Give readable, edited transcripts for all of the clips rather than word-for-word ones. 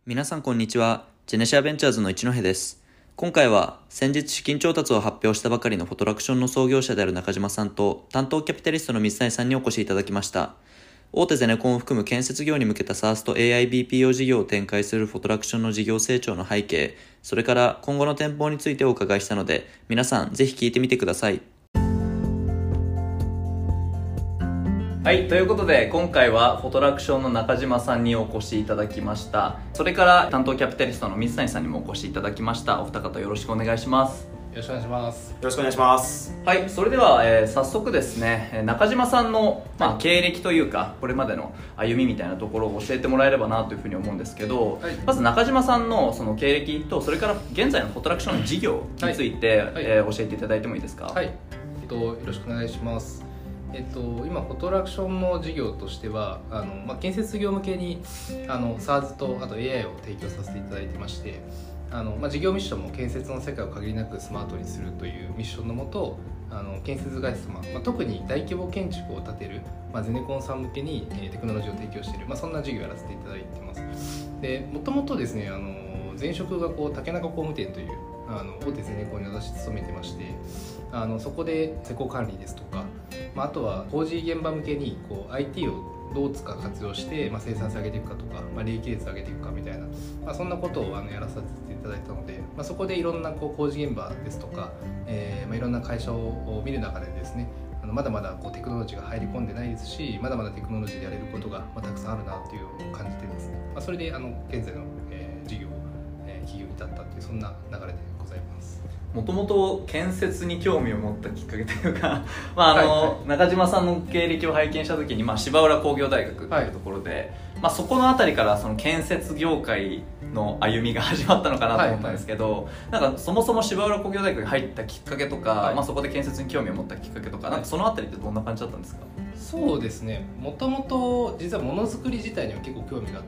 皆さんこんにちは。ジェネシアベンチャーズの一ノ戸です。今回は先日資金調達を発表したばかりのフォトラクションの創業者である中島さんと担当キャピタリストの水谷さんにお越しいただきました。大手ゼネコンを含む建設業に向けた SaaS と AIBPO 事業を展開するフォトラクションの事業成長の背景、それから今後の展望についてお伺いしたので、皆さんぜひ聞いてみてください。はい、ということで今回はフォトラクションの中島さんにお越しいただきました。それから担当キャピタリストの水谷さんにもお越しいただきました。お二方よろしくお願いします。 よろしくお願いします。 よろしくお願いします。 はい、それでは、早速ですね、中島さんの、経歴というかこれまでの歩みみたいなところを教えてもらえればなというふうに思うんですけど、はい、まず中島さんのその経歴とそれから現在のフォトラクションの事業について、教えていただいてもいいですか？ はい、よろしくお願いします。今フォトラクションの事業としては建設業向けにSaaS とあと AI を提供させていただいてまして、事業ミッションも建設の世界を限りなくスマートにするというミッションのもと建設会社様、特に大規模建築を建てる、ゼネコンさん向けにテクノロジーを提供している、そんな事業をやらせていただいてます。でもともとですね前職が竹中工務店という大手ゼネコンに私勤めてまして、そこで施工管理ですとか、あとは工事現場向けにIT をどう活用して、生産性上げていくかとか、利益率上げていくかみたいな、そんなことをやらさせていただいたので、そこでいろんな工事現場ですとか、いろんな会社を見る中でですねまだまだテクノロジーが入り込んでないですし、まだまだテクノロジーでやれることがたくさんあるなというのを感じてですね、それで現在の事業企業に至ったというそんな流れでございます。 もともと建設に興味を持ったきっかけというか中島さんの経歴を拝見した時に、芝浦工業大学というところで、そこの辺りからその建設業界の歩みが始まったのかなと思ったんですけど、なんかそもそも芝浦工業大学に入ったきっかけとか、そこで建設に興味を持ったきっかけとか、なんかその辺りってどんな感じだったんですか？ そうですね、もともと実はものづくり自体には結構興味があって、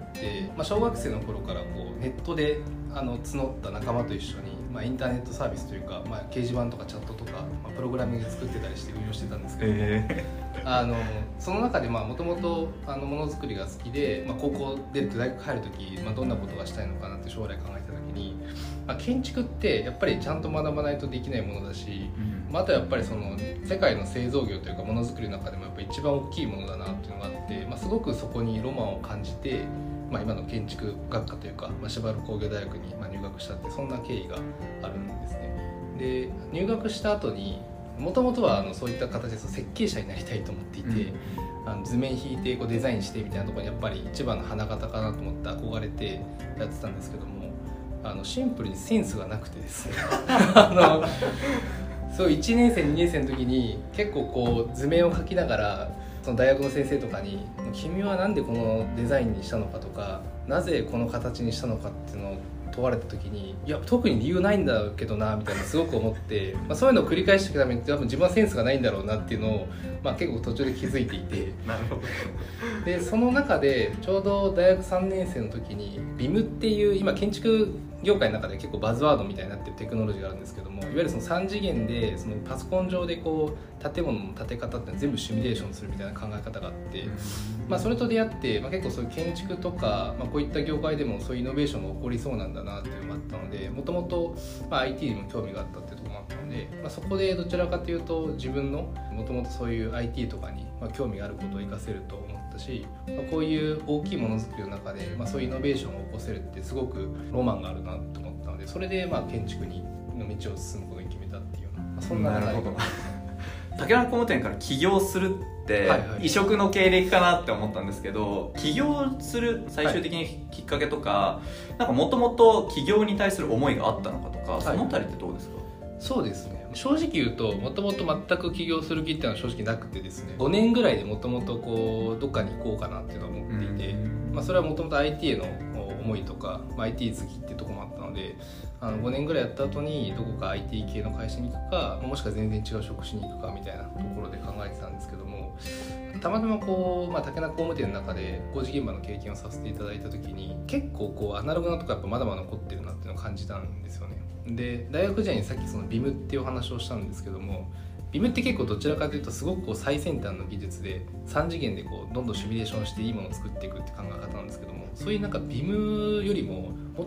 小学生の頃からネットで募った仲間と一緒に、インターネットサービスというか、掲示板とかチャットとか、プログラミング作ってたりして運用してたんですけど、その中でもともとものづくりが好きで、高校出て大学入るとき、どんなことがしたいのかなって将来考えたときに、建築ってやっぱりちゃんと学ばないとできないものだし、あとはやっぱりその世界の製造業というかものづくりの中でもやっぱ一番大きいものだなっていうのがあって、すごくそこにロマンを感じて、今の建築学科というか、芝浦工業大学に入学したってそんな経緯があるんですね。で入学した後にもともとはそういった形で設計者になりたいと思っていて、図面引いてデザインしてみたいなところにやっぱり一番の花形かなと思って憧れてやってたんですけども、シンプルにセンスがなくてですねそう1年生2年生の時に結構図面を描きながらその大学の先生とかに「君はなんでこのデザインにしたのか」とか「なぜこの形にしたのか」っていうのを問われた時に「いや特に理由ないんだけどな」みたいなすごく思ってそういうのを繰り返していくために多分自分はセンスがないんだろうなっていうのを、結構途中で気づいていてなるほどでその中でちょうど大学3年生の時に BIM っていう今建築業界の中で結構バズワードみたいになってるテクノロジーがあるんですけども、いわゆるその3次元でそのパソコン上で建物の建て方って全部シミュレーションするみたいな考え方があって、それと出会って、結構そういう建築とか、こういった業界でもそういうイノベーションが起こりそうなんだなっていうのがあったので、もともと IT にも興味があったっていうところもあったので、そこでどちらかというと自分のもともとそういう IT とかに興味があることを活かせると思ったし、こういう大きいものづくりの中で、そういうイノベーションを起こせるってすごくロマンがあるなと思ったので、それで建築の道を進むことに決めたっていうような、そんな流れが。 竹中工務店から起業するって異色の経歴かなって思ったんですけど、起業する最終的にきっかけとか、なんかもともと起業に対する思いがあったのかとか、そのあたりってどうですか？ そうですね、正直言うともともと全く起業する気っていうのは正直なくてですね、5年ぐらいでもともとどっかに行こうかなっていうのは思っていて、それはもともと IT への思いとか、IT 好きっていうところもあったので、5年ぐらいやった後にどこか IT 系の会社に行くか、もしくは全然違う職種に行くかみたいなところで考えてたんですけども、たまたま竹中工務店の中で工事現場の経験をさせていただいた時に結構アナログなとこやっぱまだまだ残ってるなっていうのを感じたんですよね。で大学時代にさっきその BIM っていうお話をしたんですけども、BIM って結構どちらかというとすごく最先端の技術で3次元でどんどんシミュレーションしていいものを作っていくって考え方なんですけども、そういうBIM よりも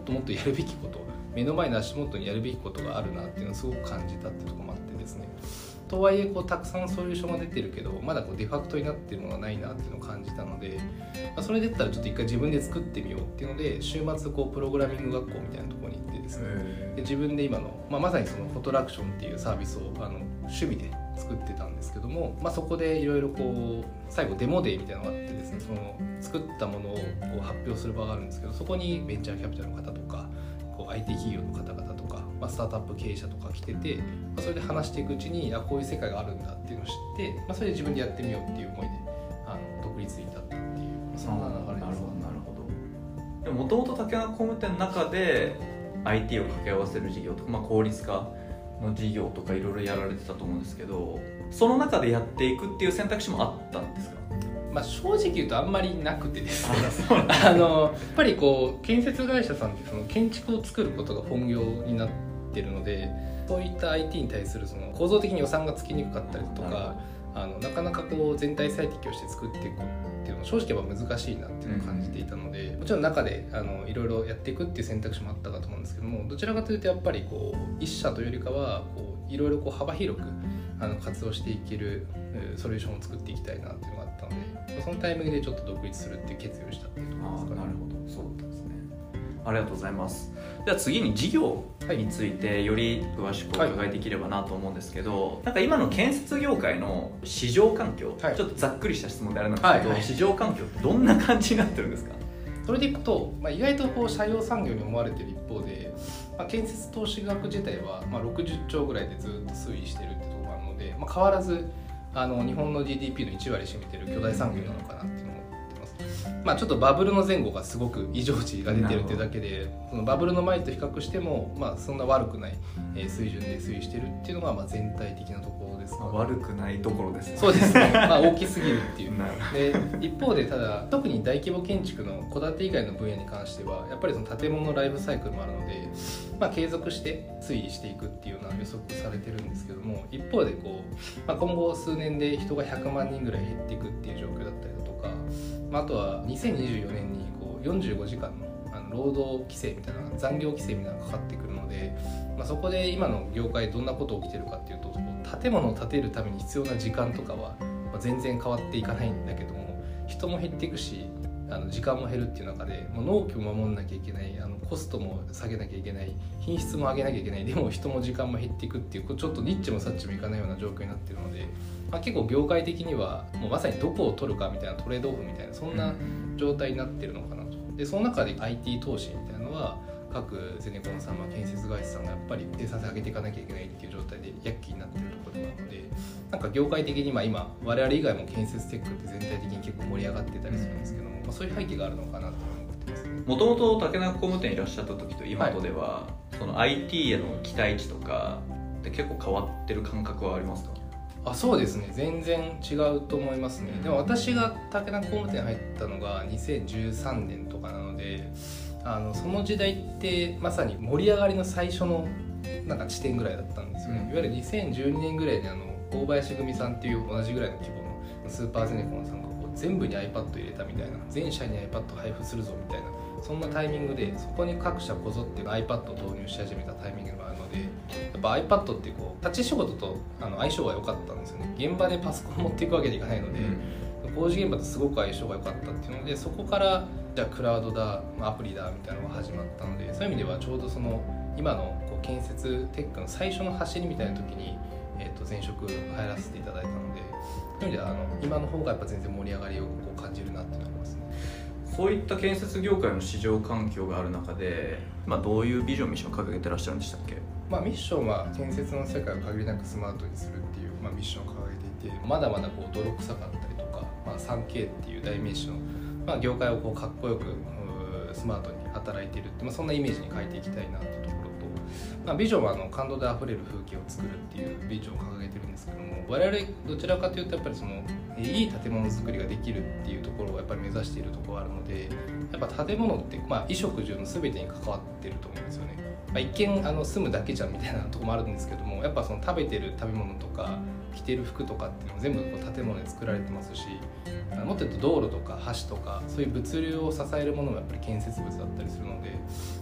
っともっとやるべきこと、目の前の足元にやるべきことがあるなっていうのをすごく感じたっていうところもあってですね。とはいえたくさんソリューションが出てるけど、まだデファクトになってるものがないなっていうのを感じたので、それでったらちょっと一回自分で作ってみようっていうので、週末プログラミング学校みたいなところに行ってですね、で自分で今の、まさにそのフォトラクションっていうサービスを趣味で作ってたんですけども、そこでいろいろ最後デモデーみたいなのがあってですね、その作ったものを発表する場があるんですけど、そこにベンチャーキャピタルの方とかIT 企業の方々とか、スタートアップ経営者とか来てて、それで話していくうちにこういう世界があるんだっていうのを知って、それで自分でやってみようっていう思いで独立に至ったっていう、そんな流れです。 なるほどなるほど。でもともと竹中工務店の中で IT を掛け合わせる事業とか、効率化の事業とかいろいろやられてたと思うんですけど、その中でやっていくっていう選択肢もあったんですか？ 正直言うとあんまりなくてですねやっぱり建設会社さんってその建築を作ることが本業になってるので、そういった IT に対するその構造的に予算がつきにくかったりとか、なかなか全体最適をして作っていくっていうのは正直は難しいなっていうのを感じていたので、もちろん中でいろいろやっていくっていう選択肢もあったかと思うんですけども、どちらかというとやっぱり一社というよりかはいろいろ幅広く活用していけるソリューションを作っていきたいなっていうのがあったので、そのタイミングでちょっと独立するっていう決意をしたっていうところですかね。 なるほど、そうですね。ありがとうございます。では次に事業についてより詳しくお伺いできればなと思うんですけど、なんか今の建設業界の市場環境、ちょっとざっくりした質問であれなんですけど、市場環境ってどんな感じになってるんですか？ それでいくと、意外と斜陽産業に思われている一方で、建設投資額自体は60兆ぐらいでずっと推移しているってところがあるので、変わらず日本の GDP の1割占めている巨大産業なのかなっていうのを思ってます。ちょっとバブルの前後がすごく異常値が出てるっていうだけで、そのバブルの前と比較しても、そんな悪くない水準で推移してるっていうのが全体的なところですかね。 悪くないところですね。 そうですね。大きすぎるっていうで、一方でただ特に大規模建築の戸建て以外の分野に関してはやっぱりその建物のライフサイクルもあるので、継続して推移していくっていうような予測されてるんですけども、一方で今後数年で人が100万人ぐらい減っていくっていう状況だったりだとか、あとは2024年に45時間の労働規制みたいな残業規制みたいなのがかかってくるので、そこで今の業界どんなこと起きてるかっていうと、建物を建てるために必要な時間とかは全然変わっていかないんだけども、人も減っていくし時間も減るっていう中で、納期も守んなきゃいけない、コストも下げなきゃいけない、品質も上げなきゃいけない、でも人も時間も減っていくっていう、ちょっとニッチもサッチもいかないような状況になっているので、結構業界的にはもうまさにどこを取るかみたいなトレードオフみたいな、そんな状態になってるのかなと。でその中で IT 投資みたいなのは各ゼネコンさん、建設会社さんがやっぱり生産性上げていかなきゃいけないっていう状態で躍起になっているところなので、なんか業界的に今我々以外も建設テックって全体的に結構盛り上がってたりするんですけども、そういう背景があるのかなと思ってますね。 もともと竹中工務店いらっしゃった時と今とでは、その IT への期待値とかって結構変わってる感覚はありますか？ そうですね、全然違うと思いますね。でも私が竹中工務店入ったのが2013年とかなので、その時代ってまさに盛り上がりの最初のなんか地点ぐらいだったんですよね。いわゆる2012年ぐらいに大林組さんっていう同じぐらいの規模のスーパーゼネコンさんが全部に iPad 入れたみたいな、全社に iPad 配布するぞみたいな、そんなタイミングでそこに各社こぞって iPad を導入し始めたタイミングがあるので、やっぱ iPad って立ち仕事と相性が良かったんですよね。現場でパソコン持っていくわけにいかないので、工事現場とすごく相性が良かったっていうので、そこからじゃあクラウドだアプリだみたいなのが始まったので、そういう意味ではちょうどその今の建設テックの最初の走りみたいな時に、前職入らせていただいたので、そういう意味では今の方がやっぱ全然盛り上がりを感じるなってなりますね。 そういった建設業界の市場環境がある中で、どういうビジョンミッションを掲げてらっしゃるんでしたっけ？ ミッションは建設の世界を限りなくスマートにするっていう、ミッションを掲げていて、まだまだ泥臭かったりとか、3K っていう代名詞の、業界をかっこよくスマートに働いているって、そんなイメージに変えていきたいなっていうところと、ビジョンは感動であふれる風景を作るっていうビジョンを掲げてるんですけども、我々どちらかというとやっぱりそのいい建物作りができるっていうところをやっぱり目指しているところがあるので、やっぱ建物って衣食住の全てに関わってると思うんですよね。一見住むだけじゃんみたいなところもあるんですけども、やっぱその食べてる食べ物とか着てる服とかっていうのも全部建物で作られてますし、もっと言うと道路とか橋とかそういう物流を支えるものもやっぱり建設物だったりするので、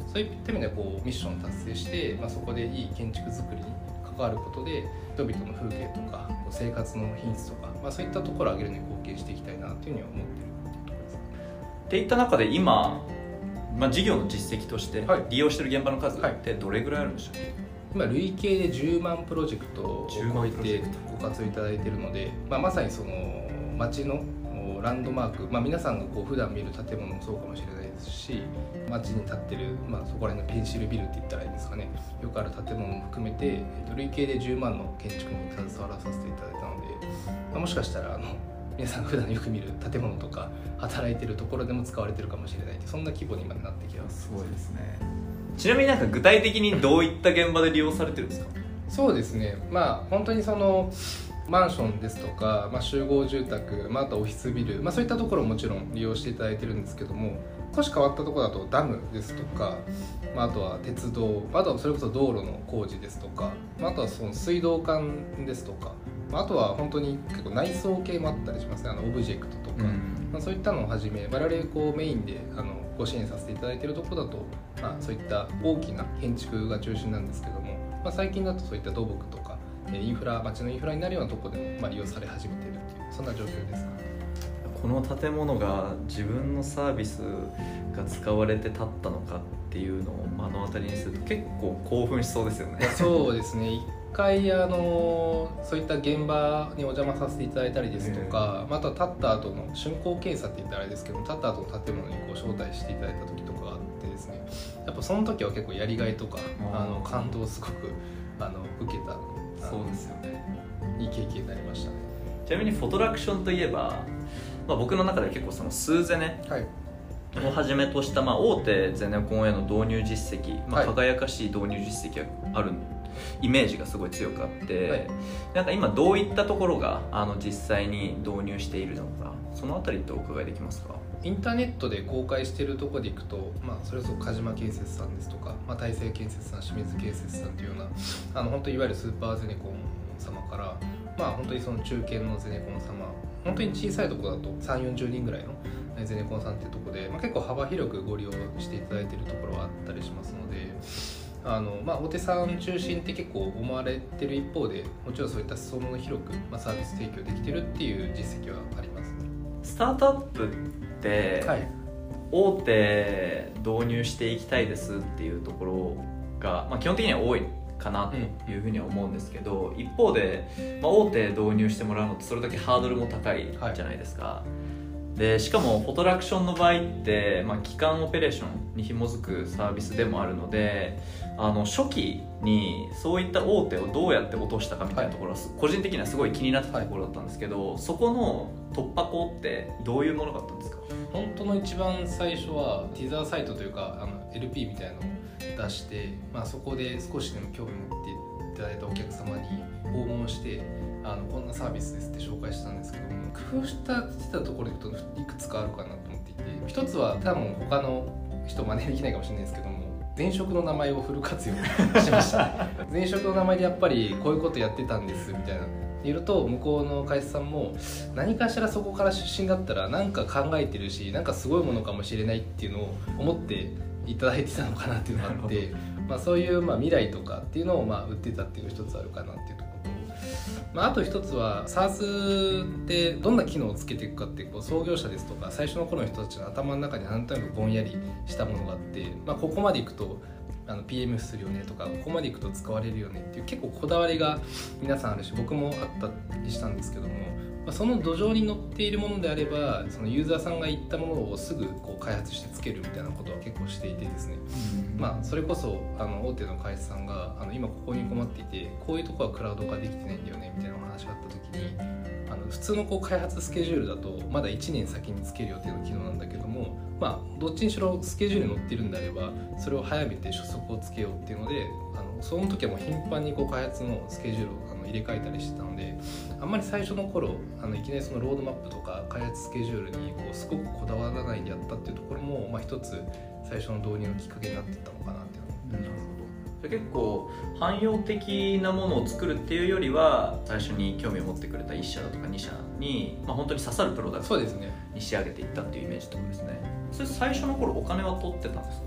そういった意味ではこうミッションを達成して、そこでいい建築づくりに関わることで人々の風景とか生活の品質とか、そういったところを上げるのに貢献していきたいなというふうには思っているっていうところです。 っていった中で今、事業の実績として利用している現場の数ってどれぐらいあるんでしょうか？ 今累計で10万プロジェクトを超えてご活用いただいているので、まさにその街のランドマーク、皆さんがこう普段見る建物もそうかもしれないですし、街に建ってる、そこら辺のペンシルビルって言ったらいいんですかね、よくある建物も含めて、累計で10万の建築に携わらさせていただいたので、もしかしたら皆さんが普段よく見る建物とか働いてるところでも使われてるかもしれないって、そんな規模に今なってきます。 すごいですね。ちなみに具体的にどういった現場で利用されてるんですか？ そうですね、本当にそのマンションですとか、集合住宅、あとオフィスビル、そういったところももちろん利用していただいてるんですけども、少し変わったところだとダムですとか、あとは鉄道、あとはそれこそ道路の工事ですとか、あとはその水道管ですとか、あとは本当に結構内装系もあったりしますね。オブジェクトとか、そういったのをはじめ我々こうメインでご支援させていただいているところだと、そういった大きな建築が中心なんですけども、最近だとそういった土木とかインフラ、街のインフラになるようなところでも利用され始めているという、そんな状況ですか。 この建物が自分のサービスが使われて建ったのかっていうのを目の当たりにすると結構興奮しそうですよね。 そうですね、一回そういった現場にお邪魔させていただいたりですとか、あとは建った後の竣工検査って言ったらあれですけど、建った後の建物にこう招待していただいた時とかがあってですね、やっぱその時は結構やりがいとか感動をすごく受けた。 そうですよね、 いい経験になりましたね。 ちなみにフォトラクションといえば、僕の中で結構そのスーゼネをはじめとした大手ゼネコンへの導入実績、輝かしい導入実績があるイメージがすごい強くあって、今どういったところが実際に導入しているのか、そのあたりってお伺いできますか？ インターネットで公開しているところでいくと、それこそ鹿島建設さんですとか、大成建設さん、清水建設さんというような本当いわゆるスーパーゼネコン様から、本当にその中堅のゼネコン様、本当に小さいところだと3、40人ぐらいのゼネコンさんっていうところで、結構幅広くご利用していただいているところはあったりしますので、大手さん中心って結構思われてる一方で、もちろんそういった裾野の広く、サービス提供できてるっていう実績はありますね。 スタートアップって大手導入していきたいですっていうところが、基本的には多いかなというふうには思うんですけど、一方で、大手導入してもらうのってそれだけハードルも高いじゃないですか。でしかもフォトラクションの場合って、基幹オペレーションに紐づくサービスでもあるので、初期にそういった大手をどうやって落としたかみたいなところは、個人的にはすごい気になってたところだったんですけど、そこの突破口ってどういうものだったんですか？ 本当の一番最初はティザーサイトというかLP みたいなのを出して、そこで少しでも興味を持っていただいたお客様に訪問してこんなサービスですって紹介したんですけども、工夫してたところでいくといくつかあるかなと思っていて、一つは多分他の人真似できないかもしれないですけども、前職の名前をフル活用しましたね。前職の名前でやっぱりこういうことやってたんですみたいな言うと、向こうの会社さんも何かしらそこから出身だったら何か考えてるし、なんかすごいものかもしれないっていうのを思っていただいてたのかなっていうのがあって、そういう未来とかっていうのを売ってたっていうのが一つあるかなっていうところと、あと一つは SaaS ってどんな機能をつけていくかって、創業者ですとか最初の頃の人たちの頭の中になんとなくぼんやりしたものがあって、ここまでいくとPM するよねとか、ここまでいくと使われるよねっていう結構こだわりが皆さんあるし、僕もあったりしたんですけども、その土壌に乗っているものであれば、そのユーザーさんが言ったものをすぐ開発してつけるみたいなことは結構していてですね、それこそ大手の会社さんが今ここに困っていて、こういうところはクラウド化できてないんだよねみたいなお話があった時に、普通の開発スケジュールだとまだ1年先につける予定の機能なんだけども、どっちにしろスケジュールに載ってるんであればそれを早めて初速をつけようっていうので、その時はもう頻繁に開発のスケジュールを入れ替えたりしてたので、あんまり最初の頃いきなりそのロードマップとか開発スケジュールにすごくこだわらないでやったっていうところも、一つ最初の導入のきっかけになっていったのかなっていうのを思います。 結構汎用的なものを作るっていうよりは、最初に興味を持ってくれた1社だとか2社に、本当に刺さるプロダクトに仕上げていったっていうイメージってことですね。それ最初の頃お金は取ってたんですか？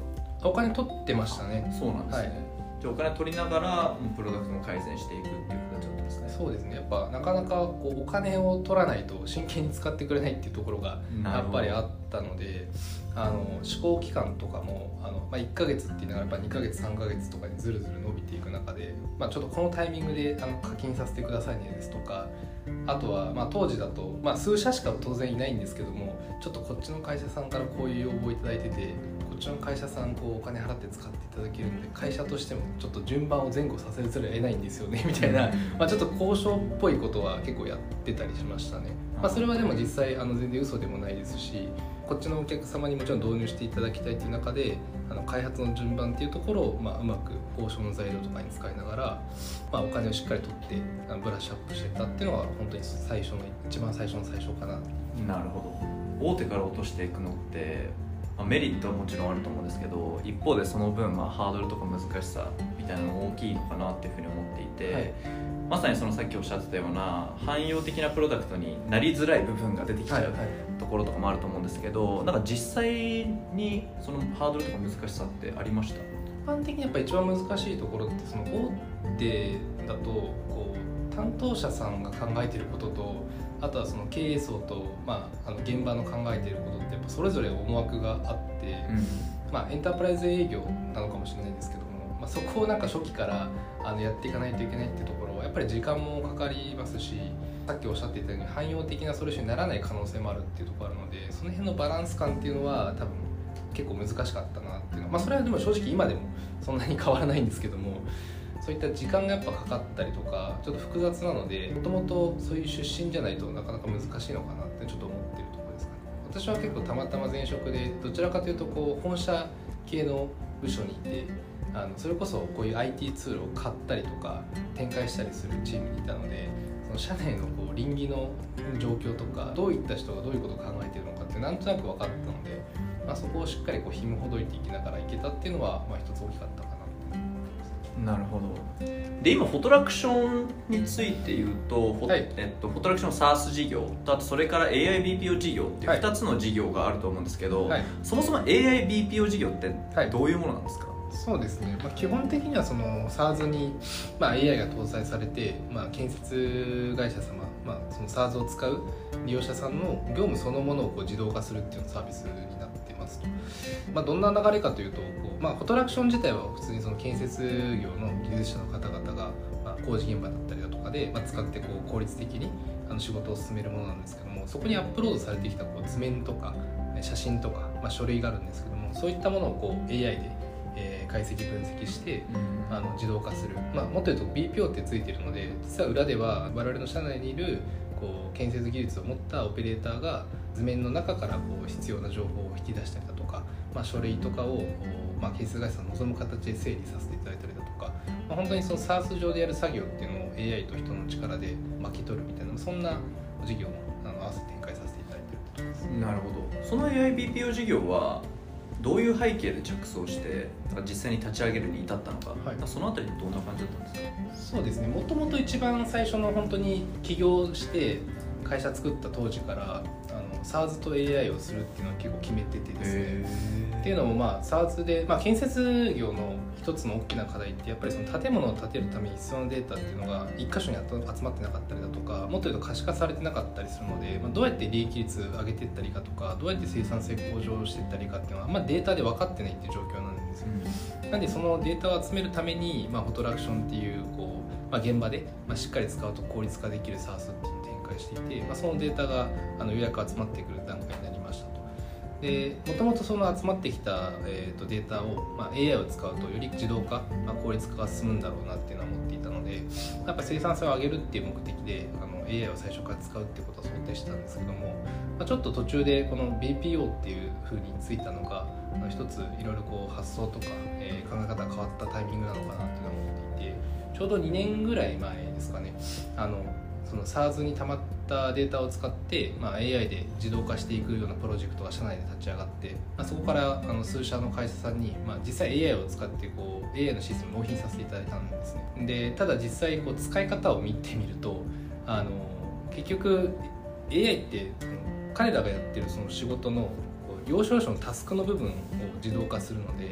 お金取ってましたね。 そうなんですね、じゃあお金取りながらプロダクトも改善していくっていう形だったんですね。 そうですね、やっぱなかなかこうお金を取らないと真剣に使ってくれないっていうところがやっぱりあったので、試行期間とかも1ヶ月って言いながらやっぱ2ヶ月3ヶ月とかにずるずる伸びていく中で、ちょっとこのタイミングで課金させてくださいねですとか、あとは当時だと、数社しか当然いないんですけども、ちょっとこっちの会社さんからこういう要望をいただいてて、こっちの会社さんお金払って使っていただけるんで、会社としてもちょっと順番を前後させざるを得ないんですよねみたいな、ちょっと交渉っぽいことは結構やってたりしましたね。それはでも実際全然嘘でもないですし、こっちのお客様にもちろん導入していただきたいという中で、開発の順番っていうところを、うまく交渉の材料とかに使いながら、お金をしっかり取ってブラッシュアップしていったっていうのが本当に一番最初の最初かな。 なるほど。大手から落としていくのってメリットはもちろんあると思うんですけど、一方でその分ハードルとか難しさみたいなのが大きいのかなっていうふうに思っていて、まさにそのさっきおっしゃってたような汎用的なプロダクトになりづらい部分が出てきちゃうところとかもあると思うんですけど、なんか実際にそのハードルとか難しさってありました？ 一般的にやっぱ一番難しいところって、その大手だと担当者さんが考えていることと、あとはその経営層と、現場の考えていることってやっぱそれぞれ思惑があって、エンタープライズ営業なのかもしれないですけども、そこを初期からやっていかないといけないっていうところはやっぱり時間もかかりますし、さっきおっしゃっていたように汎用的なソリューションにならない可能性もあるっていうところあるので、その辺のバランス感っていうのは多分結構難しかったなっていうのは、それはでも正直今でもそんなに変わらないんですけども、そういった時間がやっぱかかったりとかちょっと複雑なので、もともとそういう出身じゃないとなかなか難しいのかなってちょっと思ってるところですかね。私は結構たまたま前職でどちらかというと本社系の部署にいて、それこそこういう IT ツールを買ったりとか展開したりするチームにいたので、その社内の倫理の状況とか、どういった人がどういうことを考えているのかってなんとなく分かったので、そこをしっかり紐ほどいていきながらいけたっていうのは一つ大きかったかな。 なるほど。で今フォトラクションについて言うと、フォトラクション SaaS 事業と、あとそれから AIBPO 事業っていう2つの事業があると思うんですけど、そもそも AIBPO 事業ってどういうものなんですか？ そうですね、基本的にはその SaaS に、AI が搭載されて、建設会社様、その SaaS を使う利用者さんの業務そのものを自動化するっていうサービスになってますと。どんな流れかというと、フォトラクション自体は普通にその建設業の技術者の方々が、工事現場だったりだとかで、使って効率的に仕事を進めるものなんですけども、そこにアップロードされてきた図面とか写真とか、書類があるんですけども、そういったものをAI で解析分析して自動化する、もっと言うと BPO ってついているので、実は裏では我々の社内にいる建設技術を持ったオペレーターが図面の中から必要な情報を引き出したりだとか、書類とかを建設会社さんの望む形で整理させていただいたりだとか、本当にその SaaS 上でやる作業っていうのを AI と人の力で巻き取るみたいな、そんな事業も合わせて展開させていただいているところです。 なるほど。その AIBPO 事業はどういう背景で着想して実際に立ち上げるに至ったのか、そのあたりどんな感じだったんですか？ そうですね、もともと一番最初の本当に起業して会社作った当時からSaaS と AI をするっていうのは結構決めててですね。っていうのもSaaS で、建設業の一つの大きな課題ってやっぱりその建物を建てるために必要なデータっていうのが一箇所に集まってなかったりだとか、もっと言うと可視化されてなかったりするので、どうやって利益率上げていったりかとか、どうやって生産性向上していったりかっていうのはデータで分かってないっていう状況なんですよ。なんでそのデータを集めるためにフォトラクションっていう現場でしっかり使うと効率化できる SaaS っていうのを展開していて、そのデータがようやく集まってくる段階になりましたと。でもともとその集まってきた、データを、AI を使うとより自動化、効率化が進むんだろうなっていうのは思っていたので、やっぱ生産性を上げるっていう目的でAI を最初から使うっていうことは想定してたんですけども、ちょっと途中でこの BPO っていう風についたのが一ついろいろ発想とか、考え方が変わったタイミングなのかなっていうのを思っていて、ちょうど2年ぐらい前ですかね、その SaaS に溜まったデータを使って、AI で自動化していくようなプロジェクトが社内で立ち上がって、そこから数社の会社さんに、実際 AI を使って AI のシステムを納品させていただいたんですね。でただ実際使い方を見てみると結局 AI って彼らがやってるその仕事の要所要所のタスクの部分を自動化するので、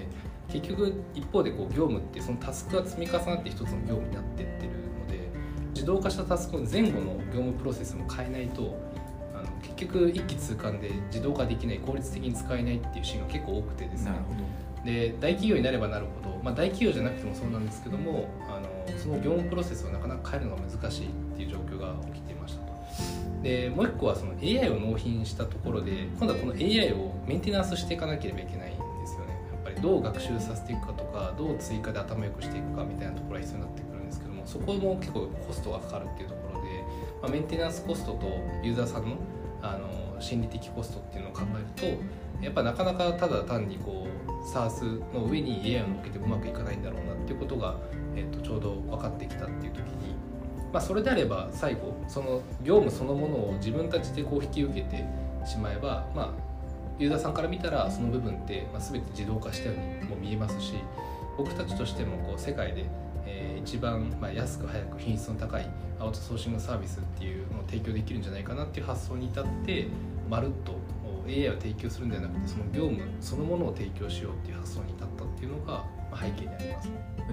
結局一方でこう業務ってそのタスクが積み重なって一つの業務になっていってるので、自動化したタスクの前後の業務プロセスも変えないと結局一気通貫で自動化できない、効率的に使えないっていうシーンが結構多くてですね。 なるほど。 で大企業になればなるほど、大企業じゃなくてもそうなんですけども、その業務プロセスをなかなか変えるのが難しいっていう状況が起きていましたと。でもう一個はその AI を納品したところで、今度はこの AI をメンテナンスしていかなければいけないんですよね。やっぱりどう学習させていくかとか、どう追加で頭良くしていくかみたいなところが必要になってくるんですけども、そこも結構コストがかかるっていうところで、メンテナンスコストとユーザーさんの心理的コストっていうのを考えると、やっぱなかなかただ単にこう SaaS の上に AI を乗っけてうまくいかないんだろうなっていうことが、ちょうど分かってきたっていう時に、それであれば最後その業務そのものを自分たちでこう引き受けてしまえば、ユーザーさんから見たらその部分って、全て自動化したようにも見えますし、僕たちとしてもこう世界で一番安く早く品質の高いアウトソーシングサービスっていうのを提供できるんじゃないかなっていう発想に至って、まるっと AI を提供するんではなくて、その業務そのものを提供しようっていう発想に至ったっていうのが背景にあります。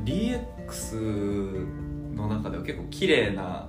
DX の中では結構綺麗な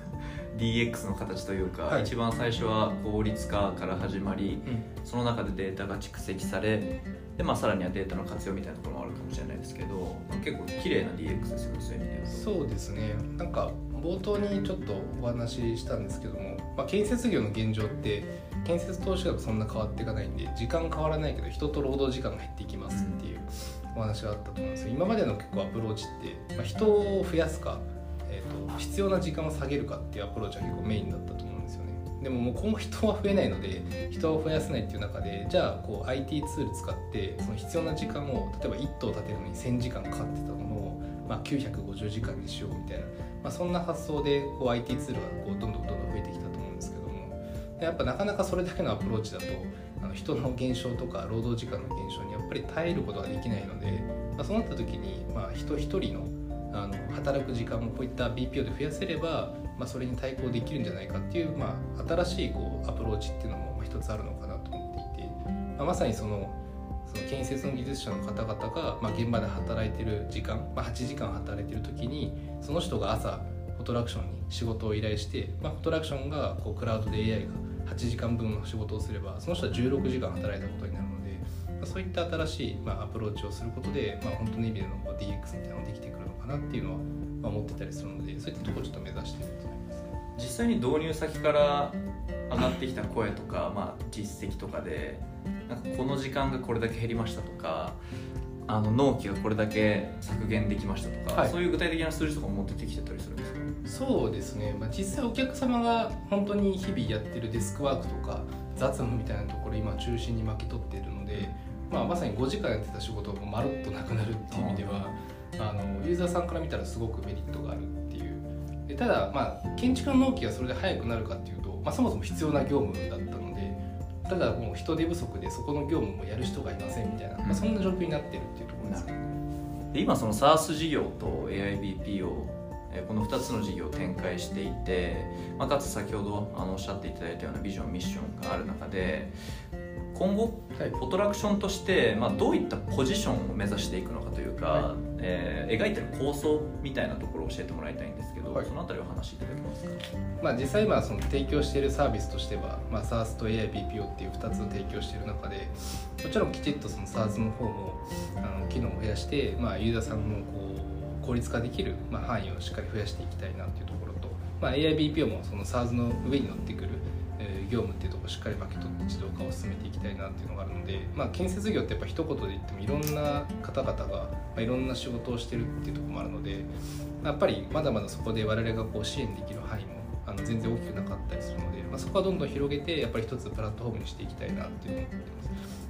DX の形というか、一番最初は効率化から始まり、その中でデータが蓄積されで、さらにはデータの活用みたいなところもあるかもしれないですけど、結構綺麗な DX ですよね、そういう意味で言うと。 そうですね。なんか冒頭にちょっとお話ししたんですけども、建設業の現状って建設投資額そんな変わっていかないんで、時間変わらないけど人と労働時間が減っていきますっていうお話があったと思うんですよ。今までの結構アプローチって、人を増やすか、必要な時間を下げるかっていうアプローチは結構メインだったと思うんですよね。でももう今後人は増えないので、人を増やせないっていう中で、じゃあこう IT ツール使ってその必要な時間を、例えば1棟建てるのに1000時間かかってたものを、950時間にしようみたいな、そんな発想でこう IT ツールがこうどんどん増えてきたと思うんですけども、やっぱなかなかそれだけのアプローチだと人の減少とか労働時間の減少にやっぱり耐えることができないので、そうなった時に、人一人の働く時間をこういった BPO で増やせれば、それに対抗できるんじゃないかっていう、新しいこうアプローチっていうのも一つあるのかなと思っていて、まさにその建設の技術者の方々が、現場で働いてる時間、8時間働いてる時に、その人が朝フォトラクションに仕事を依頼して、フォトラクションがこうクラウドで AI が8時間分の仕事をすれば、その人は16時間働いたことになるので、そういった新しいアプローチをすることで、本当の意味での DX みたいなのができてくるのかなっていうのは思ってたりするので、そういったところをちょっと目指していると思います。 実際に導入先から上がってきた声とか、実績とかで、なんかこの時間がこれだけ減りましたとか、納期がこれだけ削減できましたとか、そういう具体的な数字とかも出てきてたりするんですか？ そうですね、実際お客様が本当に日々やってるデスクワークとか雑務みたいなところ今中心に巻き取っているので、まさに5時間やってた仕事がまるっとなくなるっていう意味では、ユーザーさんから見たらすごくメリットがあるっていう。でただ、建築の納期がそれで早くなるかっていうと、そもそも必要な業務だったので、ただもう人手不足でそこの業務もやる人がいませんみたいな、そんな状況になってるっていうところですね。 で今その SaaS 事業と AIBPO、この2つの事業を展開していて、かつ先ほどおっしゃっていただいたようなビジョンミッションがある中で、今後、フォトラクションとして、どういったポジションを目指していくのかというか、描いてる構想みたいなところを教えてもらいたいんですけど、そのあたりお話しいただけますか？ 実際今その提供しているサービスとしては、SaaS と AIBPO っていう2つを提供している中で、もちろんきちっとその SaaS の方も機能を増やして、ユーザーさんのこう効率化できる範囲をしっかり増やしていきたいなっていうところと、AIBPO もその SaaS の上に乗ってくる業務っていうところをしっかり巻き取って自動化を進めていきたいなっていうのがあるので、建設業ってやっぱ一言で言ってもいろんな方々がいろんな仕事をしてるっていうところもあるので、やっぱりまだまだそこで我々がこう支援できる範囲も全然大きくなかったりするので、そこはどんどん広げてやっぱり一つプラットフォームにしていきたいなっていうのを思ってます。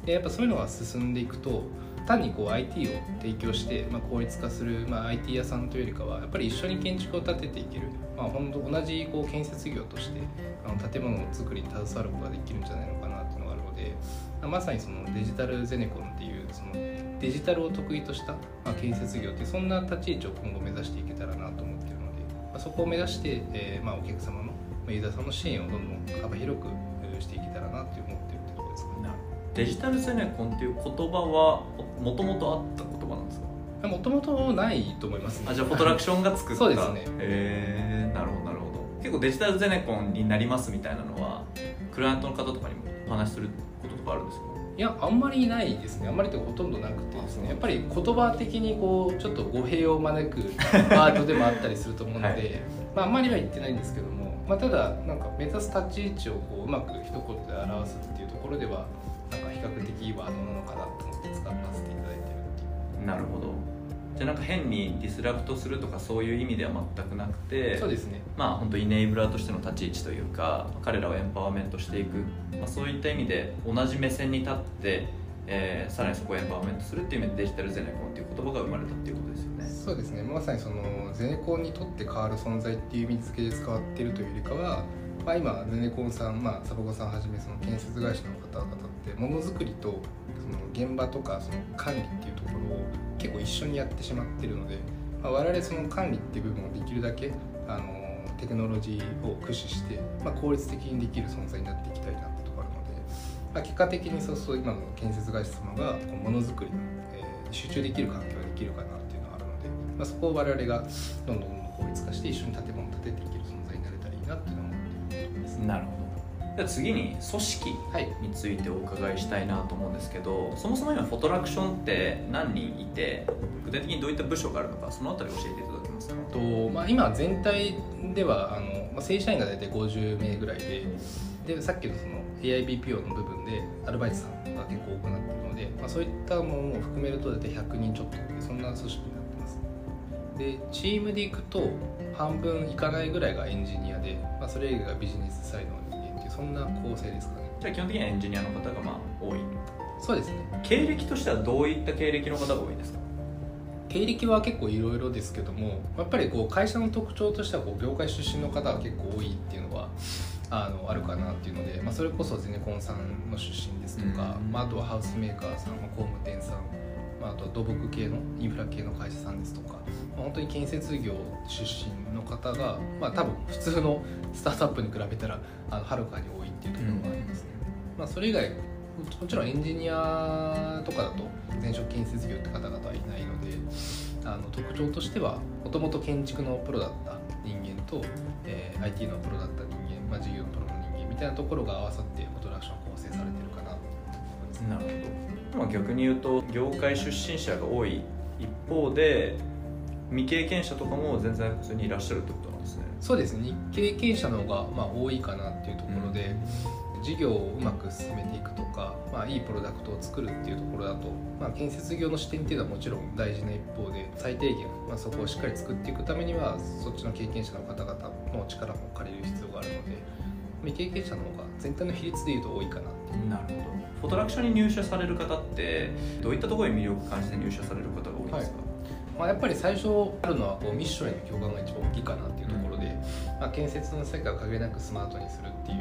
でやっぱそういうのが進んでいくと、単にこう IT を提供して、効率化する、IT 屋さんというよりかはやっぱり一緒に建築を建てていける、本当同じこう建設業として建物の作りに携わることができるんじゃないのかなっていうのがあるので、まさにそのデジタルゼネコンっていうそのデジタルを得意とした建設業っていうそんな立ち位置を今後目指していけたらなと思っているので、そこを目指して、お客様のユーザーさんの支援をどんどん幅広くしていけたらなと思っているところですかね。 デジタルゼネコンっていう言葉はもともとあった言葉もともとないと思いますね。 じゃあフォトラクションが作ったそうですね。 なるほどなるほど。結構デジタルゼネコンになりますみたいなのはクライアントの方とかにもお話しすることとかあるんですか？ いや、あんまりないですね。あんまりというかほとんどなくてですね、やっぱり言葉的にこうちょっと語弊を招くワードでもあったりすると思うので、はい、あんまりは言ってないんですけども、ただなんか目指す立ち位置をこううまく一言で表すっていうところではなんか比較的いいワードなのかなと思って使わせていただいてるっていう。 なるほど。じゃあなんか変にディスラプトするとかそういう意味では全くなくて、 そうですね。 本当イネイブラーとしての立ち位置というか、彼らをエンパワーメントしていく、そういった意味で同じ目線に立って、さらにそこをエンパワーメントするっていう意味でデジタルゼネコンっていう言葉が生まれたっていうことですよね。 そうですね。まさにそのゼネコンにとって変わる存在っていう意味付けで使われているというよりかは、今ゼネコンさん、サバゴさんはじめその建設会社の方々ってものづくりとその現場とかその管理っていうところを結構一緒にやってしまっているので、我々その管理っていう部分をできるだけテクノロジーを駆使して、効率的にできる存在になっていきたいなってところあるので、結果的にそう今の建設会社様がものづくりに集中できる環境ができるかなっていうのがあるので、そこを我々がどんどん効率化して一緒に建物を建てていける存在になれたらいいなっていうのを思っているところです。 なるほど。じゃあ次に組織についてお伺いしたいなと思うんですけど、そもそも今フォトラクションって何人いて、具体的にどういった部署があるのか、そのあたり教えていただけますか？ 今全体では正社員が大体50名ぐらいでさっきのその AIBPO の部分でアルバイトさんが結構多くなっているので、そういったものも含めると大体100人ちょっとそんな組織になってます。でチームでいくと半分いかないぐらいがエンジニアで、それ以外がビジネスサイドの人間っていうそんな構成ですかね。 じゃあ基本的にはエンジニアの方が多い。 そうですね。 経歴としてはどういった経歴の方が多いですか？ 経歴は結構いろいろですけども、やっぱり会社の特徴としては業界出身の方が結構多いっていうのはあるかなっていうので、それこそゼネコンさんの出身ですとか、あとはハウスメーカーさん、工務店さん、あとは土木系のインフラ系の会社さんですとか、本当に建設業出身の方が、多分普通のスタートアップに比べたらはるかに多いっていうところがありますね。それ以外もちろんエンジニアとかだと前職建設業って方々はいないので、特徴としてはもともと建築のプロだった人間と、IT のプロだった人間、事業のプロの人間みたいなところが合わさってフォトラクション構成されてるかなと思います。 なるほど。逆に言うと業界出身者が多い一方で未経験者とかも全然普通にいらっしゃるってことなんですね。 そうですね。未経験者の方が多いかなっていうところで、事業をうまく進めていくとか、いいプロダクトを作るっていうところだと、建設業の視点っていうのはもちろん大事な一方で、最低限、そこをしっかり作っていくためにはそっちの経験者の方々の力も借りる必要があるので、未経験者の方が全体の比率でいうと多いかなっていう。 なるほど。フォトラクションに入社される方ってどういったところに魅力を感じて入社される方が多いですか？ やっぱり最初あるのはミッションへの共感が一番大きいかなっていうところで、建設の世界を限りなくスマートにするっていう、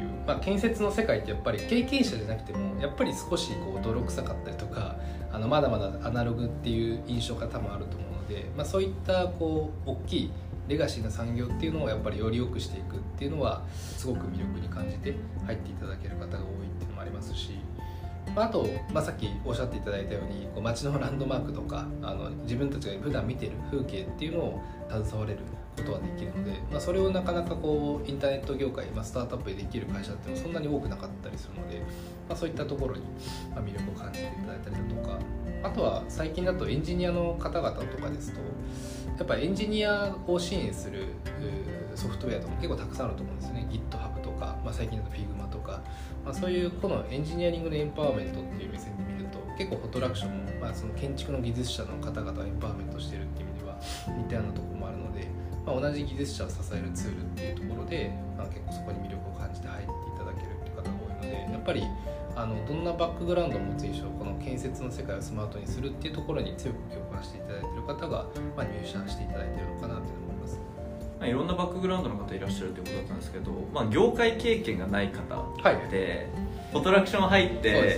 建設の世界ってやっぱり経験者じゃなくてもやっぱり少し泥臭かったりとか、まだまだアナログっていう印象が多分あると思うので、そういった大きいレガシーな産業っていうのをやっぱりより良くしていくっていうのはすごく魅力に感じて入っていただける方が多いっていうのもありますし、あと、さっきおっしゃっていただいたように街のランドマークとか自分たちが普段見ている風景っていうのを携われることができるので、それをなかなかインターネット業界、スタートアップでできる会社っていうのはそんなに多くなかったりするので、そういったところに魅力を感じていただいたりだとか、あとは最近だとエンジニアの方々とかですとやっぱりエンジニアを支援するソフトウェアとか結構たくさんあると思うんですよね。 GitHub とか、最近だと Figma とか、そういうこのエンジニアリングのエンパワーメントっていう目線で見ると結構フォトラクションも、その建築の技術者の方々をエンパワーメントしてるっていう意味では似たようなところもあるので、同じ技術者を支えるツールっていうところで、結構そこに魅力を感じて入っていただけるっていう方が多いので、やっぱりどんなバックグラウンドを持つ以上この建設の世界をスマートにするっていうところに強く共感していただいている方が、入社していただいているのかなというのを思います。 いろんなバックグラウンドの方いらっしゃるということだったんですけど、業界経験がない方で、フォトラクション入って、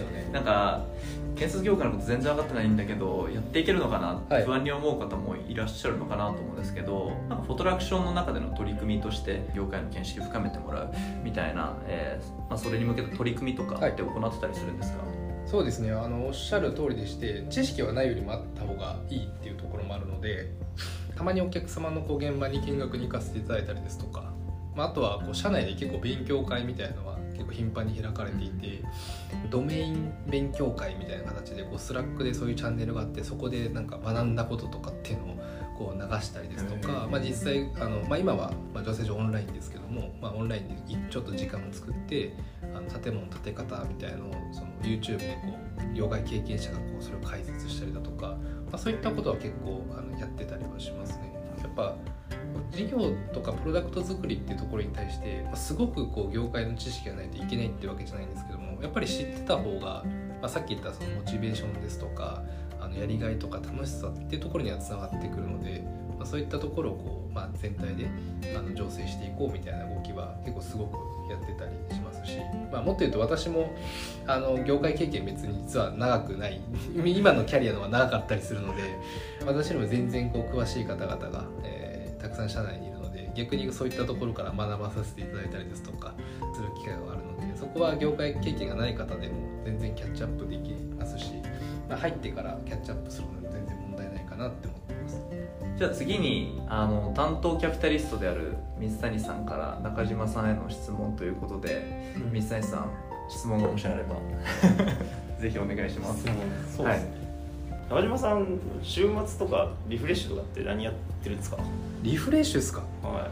なんか建設業界のこと全然分かってないんだけどやっていけるのかなって不安に思う方もいらっしゃるのかなと思うんですけど、なんかフォトラクションの中での取り組みとして業界の見識を深めてもらうみたいな、それに向けた取り組みとかって行ってたりするんですか？ そうですね、おっしゃる通りでして、知識はないよりもあった方がいいっていうところもあるで、たまにお客様の現場に見学に行かせていただいたりですとか、あとは社内で結構勉強会みたいなのは結構頻繁に開かれていて、ドメイン勉強会みたいな形でスラックでそういうチャンネルがあって、そこでなんか学んだこととかっていうのを流したりですとか、実際今は女性上オンラインですけども、オンラインでちょっと時間を作って建物の建て方みたいなのをYouTube で業界経験者がそれを解説したりだとか、そういったことは結構やってたりはしますね。やっぱ事業とかプロダクト作りっていうところに対してすごく業界の知識がないといけないってわけじゃないんですけども、やっぱり知ってた方が、さっき言ったモチベーションですとかやりがいとか楽しさっていうところにはつながってくるので、そういったところを全体で醸成していこうみたいな動きは結構すごくやってたりしますし、もっと言うと私も業界経験別に実は長くない今のキャリアの方が長かったりするので、私よりも全然詳しい方々が、たくさん社内にいるので、逆にそういったところから学ばさせていただいたりですとかする機会があるので、そこは業界経験がない方でも全然キャッチアップできますし、入ってからキャッチアップするのも全然問題ないかなって思ってます。 じゃあ次に担当キャピタリストである水谷さんから中島さんへの質問ということで、水谷さん質問がもしあればぜひお願いします。 そうですね、中島さん週末とかリフレッシュとかって何やってるんですか？ リフレッシュですか？ はい、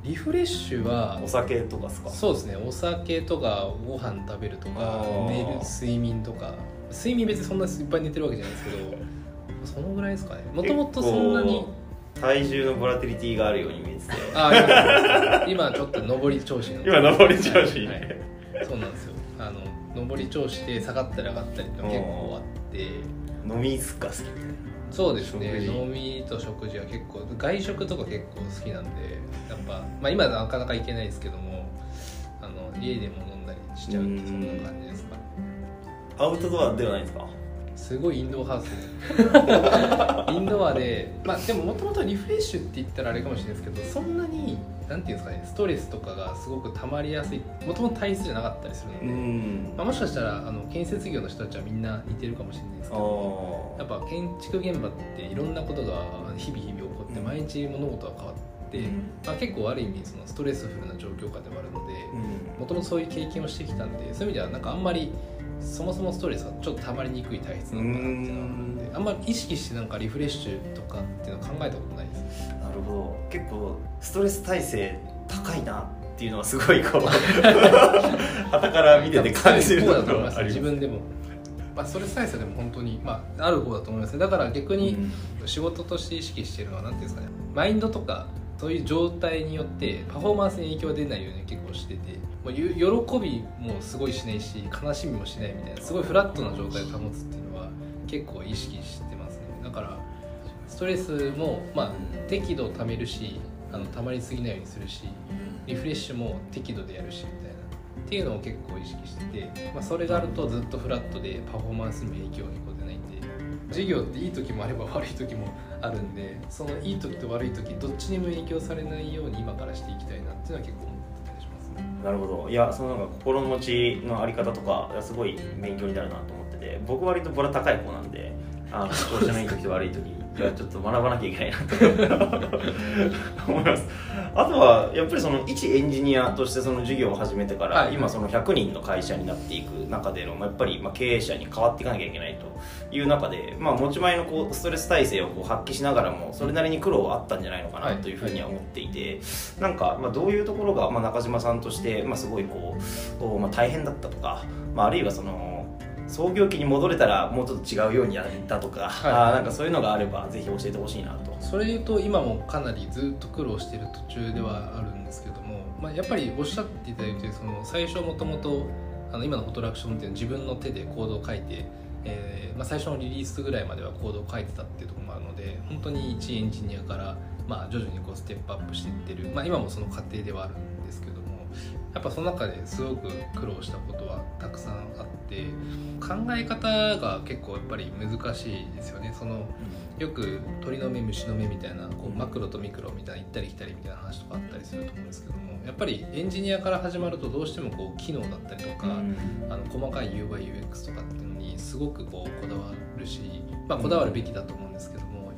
リフレッシュはお酒とかですか？ そうですね、お酒とかご飯食べるとか寝る、睡眠とか。睡眠別にそんなにいっぱい寝てるわけじゃないですけどそのぐらいですかね。もともとそんなに体重のボラティリティがあるように見えてて今ちょっと上り調子なんで今上り調子、はい、 そうなんですよ。上り調子で下がったり上がったりって結構あって、 飲みすっか好きみたいな。 そうですね、飲みと食事は結構、外食とか結構好きなんで、やっぱ、今なかなか行けないですけども家でも飲んだりしちゃうってそんな感じですかね。 アウトドアではないですか？ すごいインドアハウスインドアで、でももともとリフレッシュって言ったらあれかもしれないですけど、そんなになんていうんですかね、ストレスとかがすごく溜まりやすい、もともと体質じゃなかったりするので、もしかしたら建設業の人たちはみんな似てるかもしれないですけど、やっぱ建築現場っていろんなことが日々起こって、毎日物事が変わって、結構ある意味ストレスフルな状況下ではあるので、もともとそういう経験をしてきたんで、そういう意味ではなんかあんまりそもそもストレスがちょっと溜まりにくい体質なのかなっていうのがあるので、あんまり意識してなんかリフレッシュとかっていうのは考えたことないです。 なるほど。結構ストレス耐性高いなっていうのはすごい傍から見てて感じる方だと思います。自分でもストレス耐性でも本当にある方だと思います。だから逆に仕事として意識しているのはなんていうんですかね、マインドとかそういう状態によってパフォーマンスに影響が出ないように結構してて、喜びもすごいしないし悲しみもしないみたいな、すごいフラットな状態を保つっていうのは結構意識してますね。だからストレスも適度貯めるし、溜まりすぎないようにするし、リフレッシュも適度でやるしみたいなっていうのを結構意識してて、それがあるとずっとフラットでパフォーマンスにも影響が結構出ないんで、事業っていい時もあれば悪い時もあるんで、そのいい時と悪い時どっちにも影響されないように今からしていきたいなっていうのは結構思ってたりしますね。 なるほど。いや、そのなんか心の持ちのあり方とかすごい勉強になるなと思ってて、僕割とボラ高い方なんで、調子のいい時と悪い時いやちょっと学ばなきゃいけないなと思います。あとはやっぱりその一エンジニアとしてその事業を始めてから、今その100人の会社になっていく中でのやっぱり経営者に変わっていかなきゃいけないという中で、持ち前のストレス耐性を発揮しながらもそれなりに苦労はあったんじゃないのかなというふうには思っていて、なんかどういうところが中島さんとしてすごい大変だったとか、あるいはその創業期に戻れたらもうちょっと違うようにやったとか、なんかそういうのがあればぜひ教えてほしいなと。 それで言うと今もかなりずっと苦労している途中ではあるんですけども、やっぱりおっしゃっていただいて、その最初もともと今のフォトラクションっていうの自分の手でコードを書いて、最初のリリースぐらいまではコードを書いてたっていうところもあるので、本当に一エンジニアから徐々にステップアップしていってる、今もその過程ではあるんですけども、やっぱその中ですごく苦労したことはたくさんあって、考え方が結構やっぱり難しいですよね。よく鳥の目虫の目みたいなマクロとミクロみたいな行ったり来たりみたいな話とかあったりすると思うんですけども、やっぱりエンジニアから始まるとどうしても機能だったりとか、細かい UI/UX とかっていうのにすごくこだわるし、こだわるべきだと思うんですけども、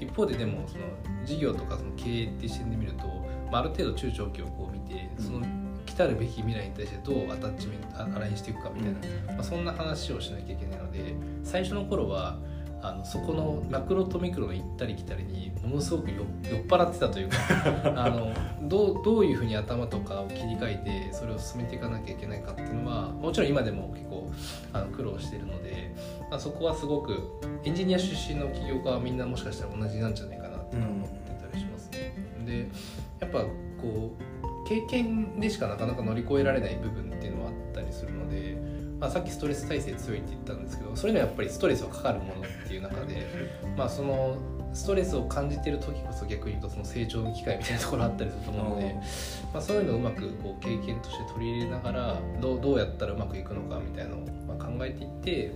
一方ででもその事業とかその経営っていう視点で見ると、ある程度中長期をこう見てその来たるべき未来に対してどうアタッチメントアラインしていくかみたいな、そんな話をしなきゃいけないので、最初の頃はそこのマクロとミクロの行ったり来たりにものすごく酔っ払ってたというかどういうふうに頭とかを切り替えてそれを進めていかなきゃいけないかっていうのはもちろん今でも結構苦労しているので、そこはすごくエンジニア出身の起業家はみんなもしかしたら同じなんじゃないかなって思ってたりしますね。でやっぱこう経験でしかなかなか乗り越えられない部分っていうのはあったりするので、さっきストレス耐性強いって言ったんですけど、それにはやっぱりストレスはかかるものっていう中でそのストレスを感じている時こそ逆に言うとその成長の機会みたいなところあったりすると思うので、そういうのをうまくこう経験として取り入れながらどうやったらうまくいくのかみたいなのを考えていって、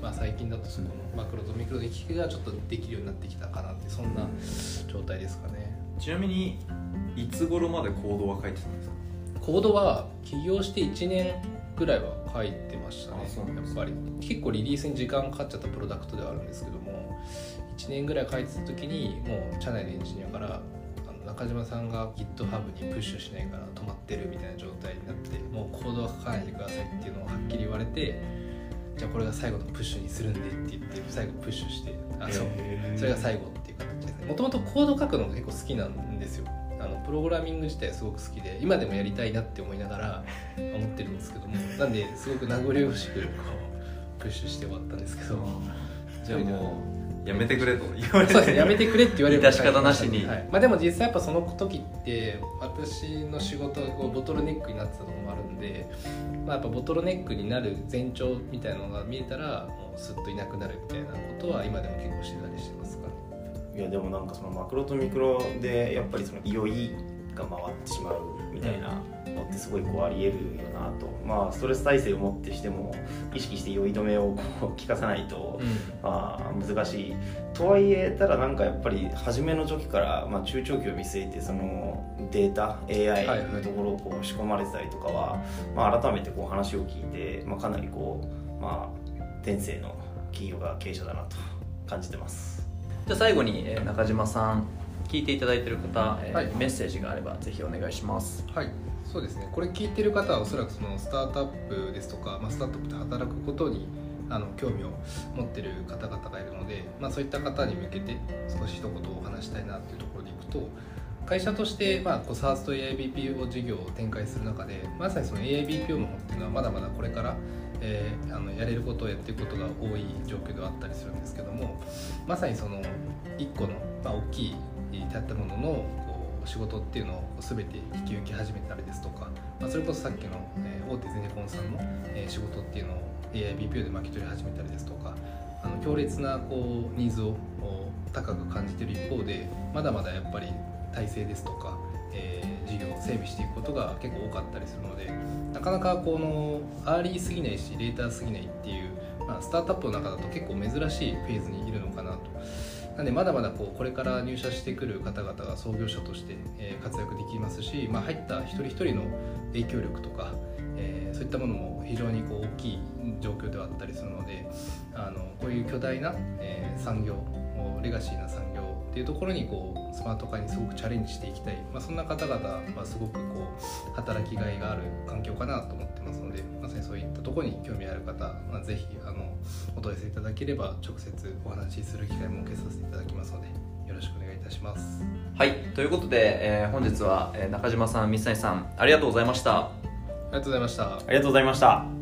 最近だとそのマクロとミクロの行き来がちょっとできるようになってきたかなってそんな状態ですかね。 ちなみにいつ頃までコードは書いてたんですか？ コードは起業して1年ぐらいは書いてましたね。やっぱり結構リリースに時間かかっちゃったプロダクトではあるんですけども、1年ぐらい書いてた時にもう社内のエンジニアから中島さんが GitHub にプッシュしないから止まってるみたいな状態になって、もうコードは書かないでくださいっていうのをはっきり言われて、じゃあこれが最後のプッシュにするんでって言って最後プッシュしてそれが最後っていう形ですね。もともとコード書くのが結構好きなんですよ。プログラミング自体すごく好きで今でもやりたいなって思いながら思ってるんですけども、なんですごく名残惜しくプッシュして終わったんですけど、 じゃあもうやめてくれと言われて、 そうですね、やめてくれって言われる致し方なしに、 でも実際やっぱその時って私の仕事がこうボトルネックになってたところもあるんで、やっぱボトルネックになる前兆みたいなのが見えたらもうスッといなくなるみたいなことは今でも結構してたりしてますから。 いやでもなんかそのマクロとミクロでやっぱりその酔いが回ってしまうみたいなのってすごいこうあり得るよなと、ストレス耐性をもってしても意識して酔い止めをこう効かさないと、難しいとはいえ、ただなんかやっぱり初めの時から、中長期を見据えてそのデータ AI のところをこう仕込まれてたりとかは、改めてこう話を聞いて、かなりこう、天性の企業が経営者だなと感じてます。 じゃあ最後に中島さん聞いていただいている方、メッセージがあればぜひお願いします。 はい、そうですね。これ聞いてる方はおそらくそのスタートアップですとか、スタートアップで働くことに興味を持っている方々がいるので、そういった方に向けて少し一言お話したいなというところでいくと、会社として、SaaS と AIBPO 事業を展開する中で、まさにその AIBPO の方っていうのはまだまだこれからやれることをやっていくことが多い状況ではあったりするんですけども、まさにその一個の、大きい建物のこう仕事っていうのを全て引き受け始めたりですとか、それこそさっきの、大手ゼネコンさんの、仕事っていうのを AIBPO で巻き取り始めたりですとか、強烈なこうニーズを高く感じている一方で、まだまだやっぱり体制ですとか、事業を整備していくことが結構多かったりするので、なかなかこのアーリーすぎないしレーターすぎないっていう、スタートアップの中だと結構珍しいフェーズにいるのかなと。なのでまだまだこれから入社してくる方々が創業者として活躍できますし、入った一人一人の影響力とか、そういったものも非常に大きい状況ではあったりするので、こういう巨大な産業、レガシーな産業っていうところにスマート化にすごくチャレンジしていきたい、そんな方々はすごく働きがいがある環境かなと思ってますので、まさにそういったところに興味ある方、ぜひお問い合わせいただければ直接お話しする機会も設けさせていただきますのでよろしくお願いいたします。 はい、ということで、本日は中島さん、水谷さんありがとうございました。 ありがとうございました。 ありがとうございました。